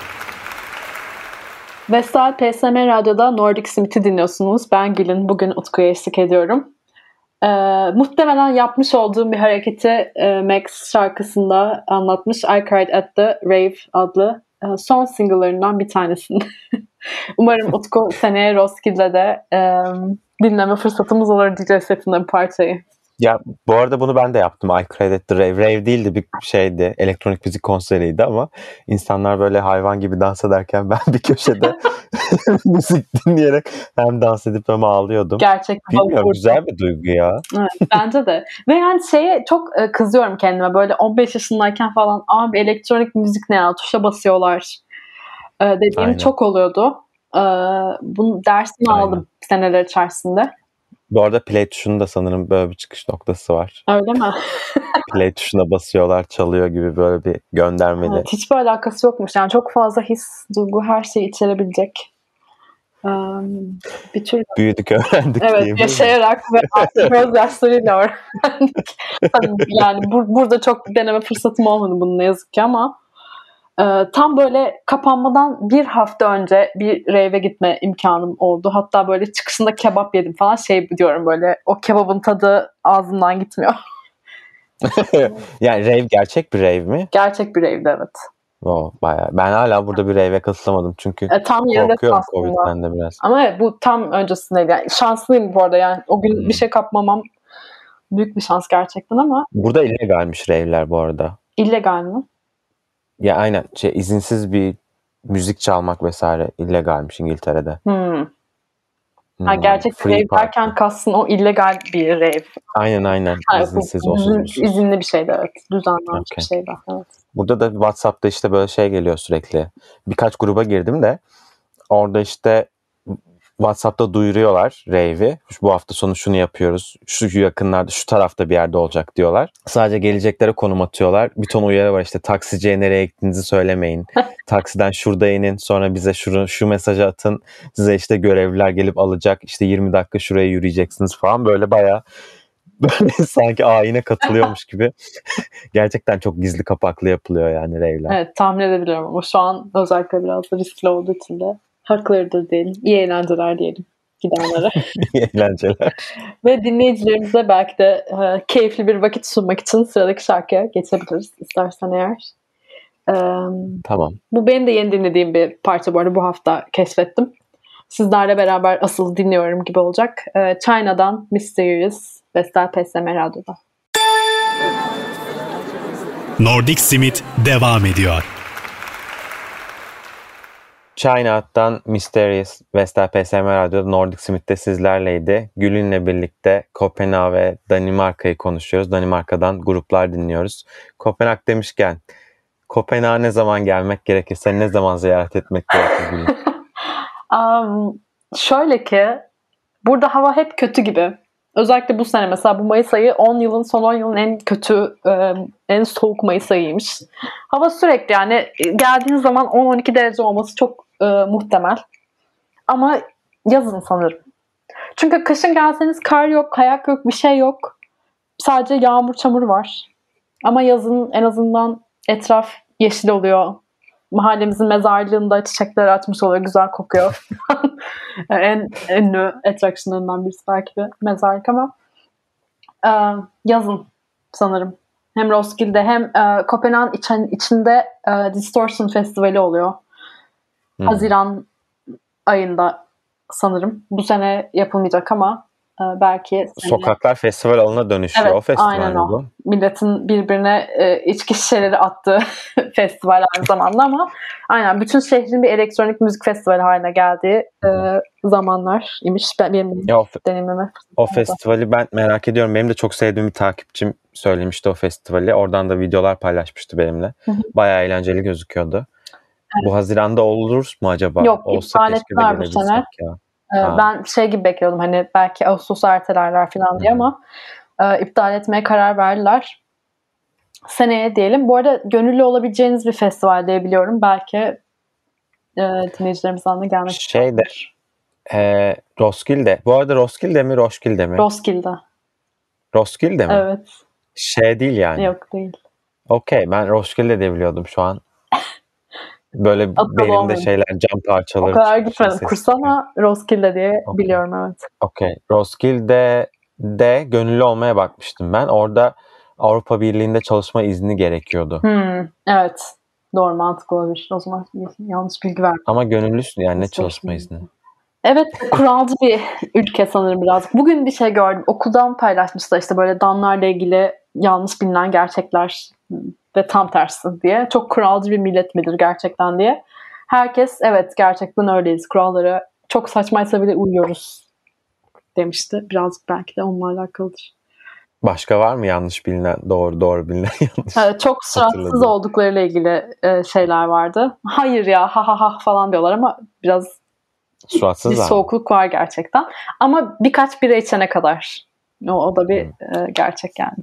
Vestel P S M Radyo'da Nordic Smith'i dinliyorsunuz. Ben Gül'ün, bugün Utku'ya eşlik ediyorum. Ee, muhtemelen yapmış olduğum bir hareketi e, Max şarkısında anlatmış. I Cried at the Rave adlı e, son single'larından bir tanesini. Umarım Utku seneye Roskilde'de e, dinleme fırsatımız olur D J setinde bir parçayı. Ya bu arada bunu ben de yaptım. I Cried at the Rave. Rave değildi, bir şeydi. Elektronik müzik konseriydi ama insanlar böyle hayvan gibi dans ederken ben bir köşede müzik dinleyerek hem dans edip hem ağlıyordum. Gerçek bir Bilmiyorum, balık güzel bir duygu ya. Evet, bence de. Ve yani şeye çok e, kızıyorum kendime. Böyle on beş yaşındayken falan abi elektronik müzik ne ya? Tuşa basıyorlar. E, dediğim Aynen. çok oluyordu. E, bunun dersini Aynen. aldım seneler içerisinde. Bu arada play tuşunun da sanırım böyle bir çıkış noktası var. Öyle mi? Play tuşuna basıyorlar, çalıyor gibi böyle bir göndermeli. Evet, hiçbir alakası yokmuş. Yani çok fazla his, duygu, her şeyi içerebilecek. E, bir tür Büyüdük, öğrendik evet, diyeyim. yaşayarak ve gözyaşlarıyla öğrendik. Yani bur- burada çok deneme fırsatım olmadı bunun ne yazık ki ama e, tam böyle kapanmadan bir hafta önce bir rave'e gitme imkanım oldu. Hatta böyle çıkışında kebap yedim falan, şey diyorum böyle, o kebabın tadı ağzımdan gitmiyor. Yani rave gerçek bir rave mi? Gerçek bir rave'di, evet. Oh, bayağı. Ben hala burada bir rave'e katılamadım çünkü E, tam yerinde korkuyorum aslında. Covid'den de biraz. Ama evet, bu tam öncesindeydi. Yani şanslıyım bu arada, yani o gün Hmm. bir şey kapmamam büyük bir şans gerçekten ama. Burada illegalmiş rave'ler bu arada. İllegal mi? Ya aynen, şey, izinsiz bir müzik çalmak vesaire illegalmiş İngiltere'de. Hmm. Hmm. Ha, gerçek bir Free rave party. derken kastın o illegal bir rave. Aynen aynen. Ha, İzinsiz, bu olsun düzün- olsun. izinli bir şeydi, evet. Düzenlenmiş Okay. bir şeydi. Evet. Burada da WhatsApp'ta işte böyle şey geliyor sürekli. Birkaç gruba girdim de orada işte WhatsApp'ta duyuruyorlar rave'i. Bu hafta sonu şunu yapıyoruz. Şu yakınlarda, şu tarafta bir yerde olacak diyorlar. Sadece geleceklere konum atıyorlar. Bir ton uyarı var işte, taksiciye nereye gittiğinizi söylemeyin. Taksiden şurada inin, sonra bize şu, şu mesajı atın. Size işte görevliler gelip alacak. İşte yirmi dakika şuraya yürüyeceksiniz falan. Böyle bayağı böyle sanki ayine katılıyormuş gibi. Gerçekten çok gizli kapaklı yapılıyor yani rave'ler. Evet, tahmin edebiliyorum ama şu an özellikle biraz da riskli olduğu için de haklarıdır diyelim. İyi eğlenceler diyelim gidenlere. İyi eğlenceler. Ve dinleyicilerimize belki de e, keyifli bir vakit sunmak için sıradaki şarkıya geçebiliriz istersen eğer. E, Tamam. bu benim de yeni dinlediğim bir parça bu arada, bu hafta keşfettim. sizlerle beraber asıl dinliyorum gibi olacak. Ee, China'dan Mysterious, Vestel P S M Radyo'da. Nordic Simit devam ediyor. China'dan Mysterious, Vestel P S M Radyo'da Nordic Simit'te sizlerleydi. Gül'ünle birlikte Kopenhag ve Danimarka'yı konuşuyoruz. Danimarka'dan gruplar dinliyoruz. Kopenhag demişken, Kopenhag'a ne zaman gelmek gerekir? Sen ne zaman ziyaret etmek gerekir Gül'ün? um, şöyle ki, burada hava hep kötü gibi. Özellikle bu sene mesela bu Mayıs ayı on yılın son on yılın en kötü, en soğuk Mayıs ayıymış. Hava sürekli, yani geldiğiniz zaman on on iki derece olması çok e, muhtemel. Ama yazın sanırım. Çünkü kışın gelseniz kar yok, kayak yok, bir şey yok. Sadece yağmur, çamur var. Ama yazın en azından etraf yeşil oluyor. Mahallemizin mezarlığında çiçekler açmış oluyor, güzel kokuyor. en ünlü attractionlarından birisi belki de mezarlık ama e, yazın sanırım. Hem Roskilde hem e, Kopenhag'ın içen, içinde e, Distortion Festivali oluyor. Hmm. Haziran ayında sanırım. Bu sene yapılmayacak ama e, belki sene... Sokaklar festival alanına dönüşüyor. Evet, o festival aynen o. Bu. Milletin birbirine e, içki şişeleri attığı festival aynı zamanda ama aynen bütün şehrin bir elektronik müzik festivali haline geldiği e, zamanlar imiş. Benim ya o, deneyimime. O festivali ben merak ediyorum. Benim de çok sevdiğim bir takipçim söylemişti o festivali. Oradan da videolar paylaşmıştı benimle. Hı hı. Bayağı eğlenceli gözüküyordu. Evet. Bu Haziran'da olur mu acaba? Yok, olsa iptal ettiler bu sene. Ya. Ben şey gibi bekliyordum, hani belki Ağustos'a ertelerler falan diye, hı hı. ama e, iptal etmeye karar verdiler. Seneye diyelim. Bu arada gönüllü olabileceğiniz bir festival diye biliyorum. Belki e, dinleyicilerimizden de gelmek Şeyde, e, Roskilde. Bu arada Roskilde mi, Roskilde mi? Roskilde. Roskilde mi? Evet. Şey değil yani. Yok, değil. Okey, ben Roskilde diye biliyordum şu an. Böyle Atıl belimde olmadı. şeyler, cam parçaları. O kadar gitmedim kursa ama Roskilde diye okay. biliyorum, evet. Okey. Roskilde'de gönüllü olmaya bakmıştım ben. Orada Avrupa Birliği'nde çalışma izni gerekiyordu. Hmm, evet. Doğru, mantıklı olabilir. O zaman yanlış bilgi verdim. Ama gönüllüsün yani, ne çalışma izni? Evet, kuralcı bir ülke sanırım birazcık. Bugün bir şey gördüm. Okuldan paylaşmışlar işte böyle danlarla ilgili yanlış bilinen gerçekler ve tam tersi diye. Çok kuralcı bir millet midir gerçekten diye. Herkes evet gerçekten öyleyiz. Kurallara çok saçmaysa bile uyuyoruz demişti. Birazcık belki de onunla alakalıdır. Başka var mı yanlış bilinen, doğru doğru bilinen yanlış? Evet, çok suratsız olduklarıyla ilgili şeyler vardı. Hayır ya ha ha ha falan diyorlar ama biraz suratsız bir soğukluk var gerçekten. Ama birkaç bira içene kadar. O, o da bir hmm. e, gerçek yani.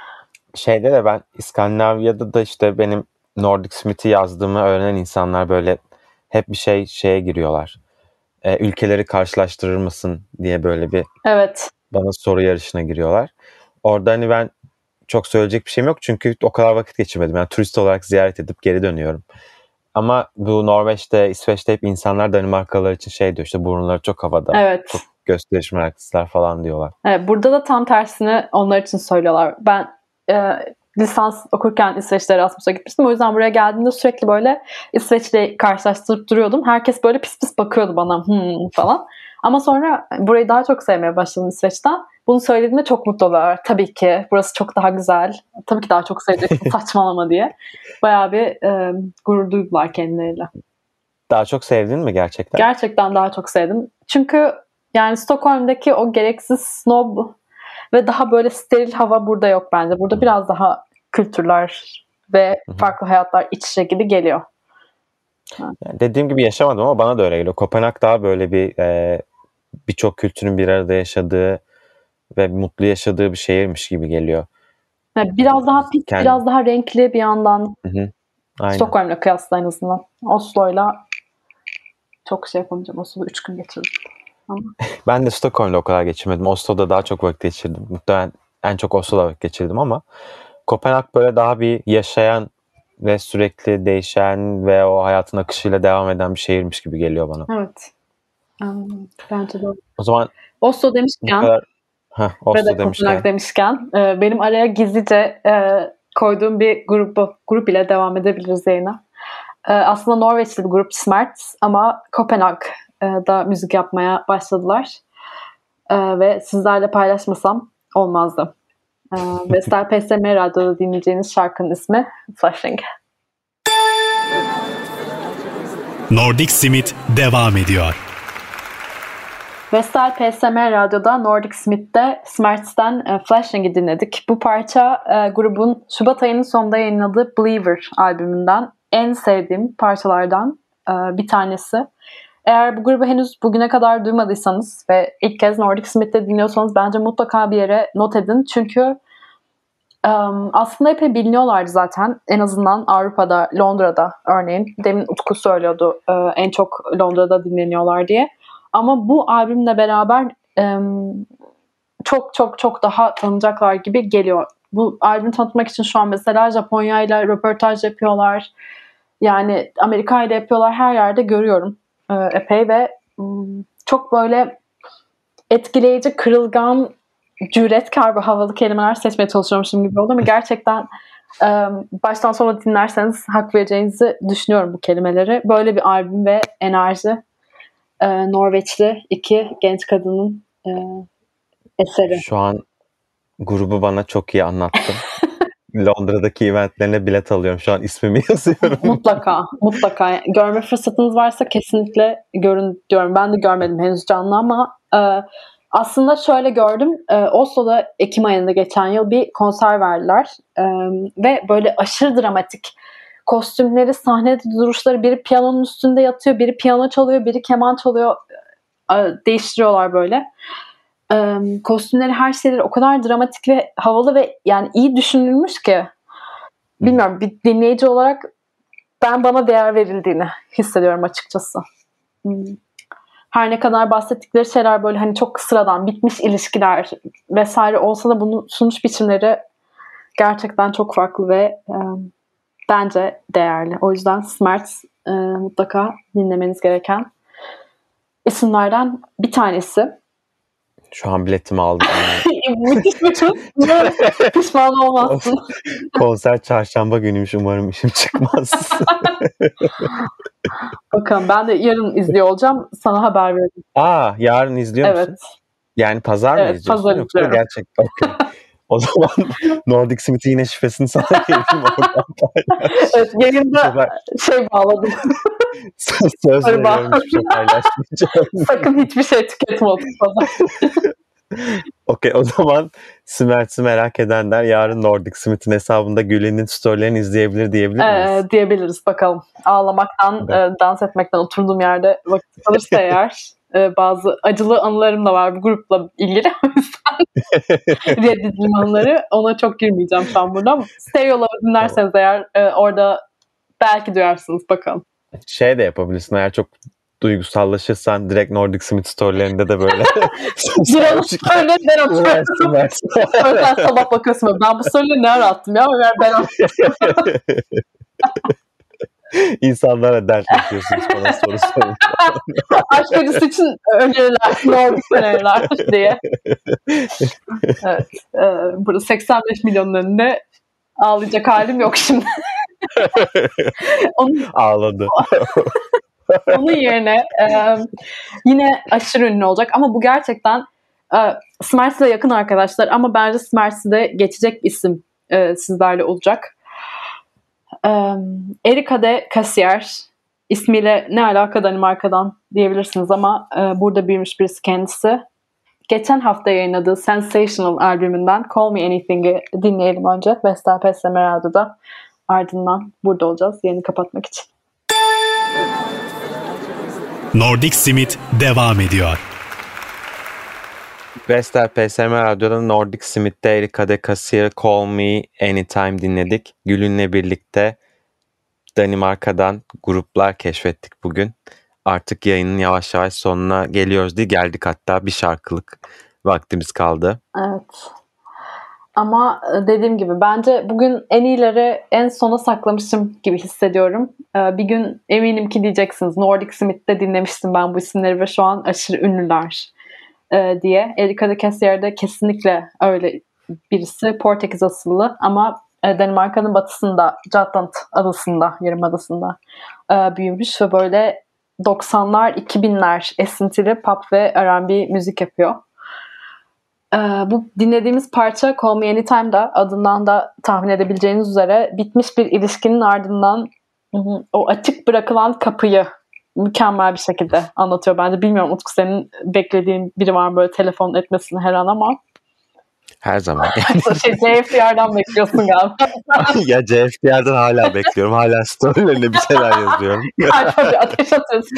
Şeyde de ben İskandinavya'da da işte benim Nordic Smith'i yazdığımı öğrenen insanlar böyle hep bir şey şeye giriyorlar. E, ülkeleri karşılaştırır mısın diye böyle bir evet. bana soru yarışına giriyorlar. Orada hani ben çok söyleyecek bir şeyim yok çünkü o kadar vakit geçirmedim. Yani turist olarak ziyaret edip geri dönüyorum. Ama bu Norveç'te, İsveç'te hep insanlar Danimarkalılar için şey diyor, işte burunları çok havada. Evet. Çok gösteriş meraklılar falan diyorlar. Evet, burada da tam tersini onlar için söylüyorlar. Ben e, lisans okurken İsveç'te Erasmus'a gitmiştim. O yüzden buraya geldiğimde sürekli böyle İsveç'le karşılaştırıp duruyordum. Herkes böyle pis pis bakıyordu bana hmm falan. Ama sonra burayı daha çok sevmeye başladım İsveç'ten. Bunu söylediğimde çok mutlu oluyorlar. Tabii ki burası çok daha güzel. Tabii ki daha çok seveceksin, saçmalama diye. Bayağı bir e, gurur duydular kendileriyle. Daha çok sevdin mi gerçekten? Gerçekten daha çok sevdim. Çünkü yani Stockholm'daki o gereksiz snob ve daha böyle steril hava burada yok bence. Burada hmm. biraz daha kültürler ve hmm. farklı hayatlar iç içe gibi geliyor. Yani dediğim gibi yaşamadım ama bana da öyle geliyor. Kopenhag daha böyle bir e, birçok kültürün bir arada yaşadığı ve mutlu yaşadığı bir şehirmiş gibi geliyor. Yani biraz daha pis, Kendi... biraz daha renkli bir yandan. Hı hı. Stockholm'la kıyasla en azından. Oslo'yla çok şey yapamayacağım. Oslo'da üç gün geçirdim. Ama... ben de Stockholm'da o kadar geçirmedim. Oslo'da daha çok vakit geçirdim. Muhtemelen en çok Oslo'da vakit geçirdim ama Kopenhag böyle daha bir yaşayan ve sürekli değişen ve o hayatın akışıyla devam eden bir şehirmiş gibi geliyor bana. Evet. Um, bence de. O zaman Oslo demişken kadar... Heh, Oslo ve de demişken. demişken e, benim araya gizlice e, koyduğum bir grubu, grup ile devam edebiliriz Zeyna. E, aslında Norveçli bir grup Smert ama Kopenhag e, da müzik yapmaya başladılar. E, ve sizlerle paylaşmasam olmazdı. E, Vestel P S M Radyo'da dinleyeceğiniz şarkının ismi Flashing. Nordic Smith devam ediyor. Vestel P S M Radyo'da Nordic Smith'te Smertz'ten e, Flashing'i dinledik. Bu parça e, grubun Şubat ayının sonunda yayınladığı Believer albümünden en sevdiğim parçalardan e, bir tanesi. Eğer bu grubu henüz bugüne kadar duymadıysanız ve ilk kez Nordic Smith'te dinliyorsanız bence mutlaka bir yere not edin. Çünkü um, aslında epey biliniyorlardı zaten. En azından Avrupa'da, Londra'da örneğin. Demin Utku söylüyordu e, en çok Londra'da dinleniyorlar diye. Ama bu albümle beraber um, çok çok çok daha tanınacaklar gibi geliyor. Bu albümü tanıtmak için şu an mesela Japonya ile röportaj yapıyorlar. Yani Amerika ile yapıyorlar. Her yerde görüyorum e, epey ve um, çok böyle etkileyici, kırılgan, cüretkar ve havalı kelimeler seçmeye çalışıyormuşum gibi oldu ama gerçekten e, baştan sona dinlerseniz hak vereceğinizi düşünüyorum bu kelimeleri. Böyle bir albüm ve enerji e, Norveçli iki genç kadının e, eseri. Şu an grubu bana çok iyi anlattın. Londra'daki eventlerine bilet alıyorum. Şu an ismimi yazıyorum. Mutlaka, mutlaka. Görme fırsatınız varsa kesinlikle görün diyorum. Ben de görmedim henüz canlı ama e, aslında şöyle gördüm. E, Oslo'da Ekim ayında geçen yıl bir konser verdiler. E, ve böyle aşırı dramatik kostümleri, sahnede duruşları, biri piyanonun üstünde yatıyor, biri piyano çalıyor, biri keman çalıyor. E, değiştiriyorlar böyle. E, kostümleri, her şeyleri o kadar dramatik ve havalı ve yani iyi düşünülmüş ki bilmiyorum, bir dinleyici olarak ben bana değer verildiğini hissediyorum açıkçası. Her ne kadar bahsettikleri şeyler böyle hani çok sıradan, bitmiş ilişkiler vesaire olsa da bunun sunuş biçimleri gerçekten çok farklı ve e, bence değerli. O yüzden Smertz e, mutlaka dinlemeniz gereken isimlerden bir tanesi. Şu an biletimi aldım. Müthiş bir tür. Pişman olmazsın. Konser çarşamba günüymüş. Umarım işim çıkmaz. Bakalım, ben de yarın izliyor olacağım. Sana haber veririm. Aa, yarın izliyor musun? Evet. Yani pazar mı Evet, izliyorsun? pazar Yoksa izliyorum. gerçekten. Okay. O zaman Nordic Smith'in yine şifresini sana vereyim. Evet, yayında şey bağladım. Söz, söz veriyorum, hiçbir şey paylaşmayacağım. Sakın hiçbir şey tüketme o pazar. Okey, o zaman Smertz'i merak edenler yarın Nordic Smith'in hesabında Gülen'in storylerini izleyebilir diyebilir miyiz? Ee, diyebiliriz bakalım. Ağlamaktan, evet. e, dans etmekten oturduğum yerde vakit kalırsa eğer e, bazı acılı anılarım da var bu grupla ilgili. O yüzden reddedilme anıları, ona çok girmeyeceğim şu an burada ama Stereo Love'ı dinlerseniz eğer e, orada belki duyarsınız, bakalım. Şey de yapabilirsin, eğer çok duygusallaşırsan direkt Nordic Smith storylerinde de böyle bir an öyle ben atıyorum. Sonra sabah bakıyorsun, ben bu soruyu ne ara attım ya, ben attım. İnsanlara dertleşiyorsunuz, bana soru sorun. Aşk acısı için öneriler, Nordic öneriler diye. Evet, e, burada seksen beş milyonun önünde ağlayacak halim yok şimdi. Onun, Ağladı. onun yerine e, yine aşırı ünlü olacak ama bu gerçekten e, Smertz'le yakın arkadaşlar ama bence Smertz'i de geçecek isim e, sizlerle olacak. E, Erika de Cassier ismiyle ne alaka Danimarka'dan diyebilirsiniz ama e, burada büyümüş birisi kendisi. Geçen hafta yayınladığı Sensational albümünden Call Me Anything'i dinleyelim önce. Vestel P S M Radyo'da. Ardından burada olacağız yayını kapatmak için. Nordic Smith devam ediyor. Vestel P S M Radyo'da Nordic Smith'te Erika de Cassier Call Me Anytime dinledik. Gül'ünle birlikte Danimarka'dan gruplar keşfettik bugün. Artık yayının yavaş yavaş sonuna geliyoruz diye geldik, hatta bir şarkılık vaktimiz kaldı. Evet. Ama dediğim gibi bence bugün en iyileri en sona saklamışım gibi hissediyorum. Bir gün eminim ki diyeceksiniz Nordic Smith'te dinlemiştim ben bu isimleri ve şu an aşırı ünlüler diye. Erika de Cassier de kesinlikle öyle birisi. Portekiz asıllı ama Danimarka'nın batısında, Jutland adasında, yarımadasında büyümüş ve böyle doksanlar iki binler esintili pop ve R and B müzik yapıyor. Ee, bu dinlediğimiz parça Call Me Anytime'da adından da tahmin edebileceğiniz üzere bitmiş bir ilişkinin ardından o açık bırakılan kapıyı mükemmel bir şekilde anlatıyor bence. Bilmiyorum Utku, senin beklediğin biri var mı böyle telefon etmesini her an ama. Her zaman. şey, J F D R'dan bekliyorsun galiba. Ya J F D R'den hala bekliyorum. Hala storylerine bir şeyler yazıyorum. Tabii ateş atıyorsun.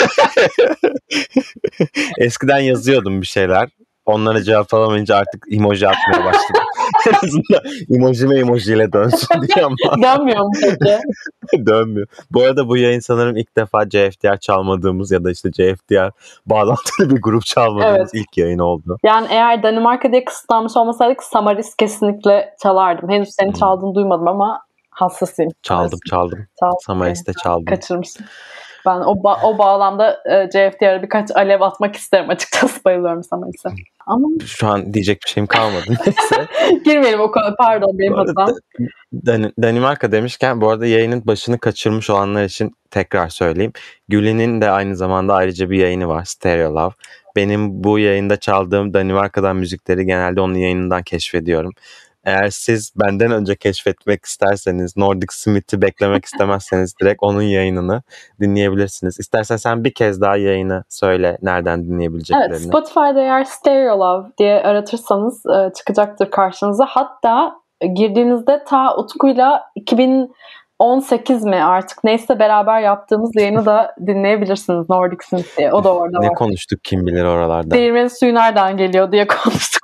Eskiden yazıyordum bir şeyler. Onlara cevap alamayınca artık emoji atmaya başladım. En azından emojime emojiyle dönsün diye ama. Dönmüyor mu peki? Dönmüyor. Bu arada bu yayın sanırım ilk defa J F D R çalmadığımız ya da işte J F D R bağlantılı bir grup çalmadığımız evet. ilk yayın oldu. Yani eğer Danimarka diye kısıtlanmış olmasaydık Samaris kesinlikle çalardım. Henüz senin hmm. çaldığını duymadım ama hassasıyım. Çaldım çaldım. çaldım. Samaris'te çaldım. Kaçırmışsın. Ben o, ba- o bağlamda e, J F D R'a birkaç alev atmak isterim açıkçası. Bayılıyorum Samaris'e. Ama şu an diyecek bir şeyim kalmadı. Neyse. Girmeyelim o konuda. Pardon benim hatam. Dan- Danimarka demişken bu arada yayının başını kaçırmış olanlar için tekrar söyleyeyim. Gülin'in de aynı zamanda ayrıca bir yayını var. Stereo Love. Benim bu yayında çaldığım Danimarka'dan müzikleri genelde onun yayınından keşfediyorum. Eğer siz benden önce keşfetmek isterseniz, Nordic Smith'i beklemek istemezseniz direkt onun yayınını dinleyebilirsiniz. İstersen sen bir kez daha yayını söyle nereden dinleyebileceklerini. Evet, Spotify'da eğer Stereo Love diye aratırsanız çıkacaktır karşınıza. Hatta girdiğinizde ta Utku'yla iki bin on sekiz mi artık neyse beraber yaptığımız yayını da dinleyebilirsiniz, Nordic Smith diye. O da orada ne var. Ne konuştuk kim bilir oralarda. Değirmenin suyu nereden geliyor diye konuştuk.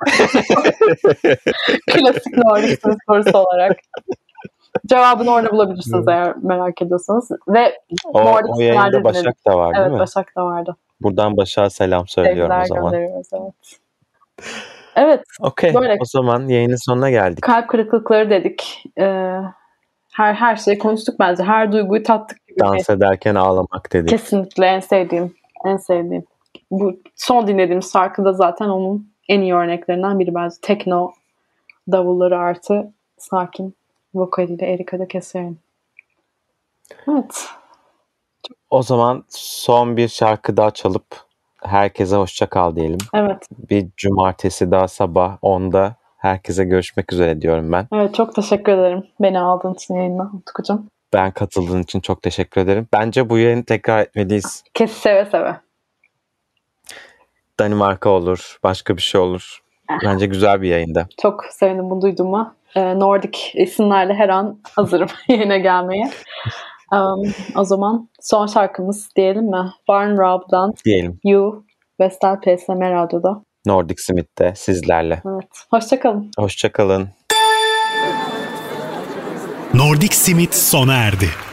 Klasik Nordic Smith sorusu olarak. Cevabını orada bulabilirsiniz eğer merak ediyorsanız. Ve o, o yayında Başak dinledim. Da var değil evet, mi? Evet, Başak da vardı. Buradan Başak'a selam söylüyorum Sevgiler o zaman. gönderiyoruz, evet. Evet. Okey. O zaman yayının sonuna geldik. Kalp kırıklıkları dedik. Ee, her her şeyi konuştuk bence. Her duyguyu tattık gibi. Dans ederken ağlamak dedik. Kesinlikle en sevdiğim. En sevdiğim. Bu son dinlediğimiz şarkı da zaten onun en iyi örneklerinden biri bence. Tekno davulları artı sakin vokaliyle Erika da Keser'in. Evet. O zaman son bir şarkı daha çalıp herkese hoşça kal diyelim. Evet. Bir cumartesi daha sabah onda herkese görüşmek üzere diyorum ben. Evet, çok teşekkür ederim beni aldığın için yayına Utkucuğum. Ben katıldığın için çok teşekkür ederim. Bence bu yayını tekrar etmeliyiz. Kes seve seve. Danimarka olur, başka bir şey olur. Bence güzel bir yayında. Çok sevindim bunu duyduğuma. Ee, Nordic isimlerle her an hazırım yayına gelmeye. Um, o zaman son şarkımız diyelim mi? Barn Rob'dan diyelim. You, Vestel P S M Radyo'da. Nordic Smith'te sizlerle. Evet. Hoşça kalın. Hoşça kalın. Nordic Smith sona erdi.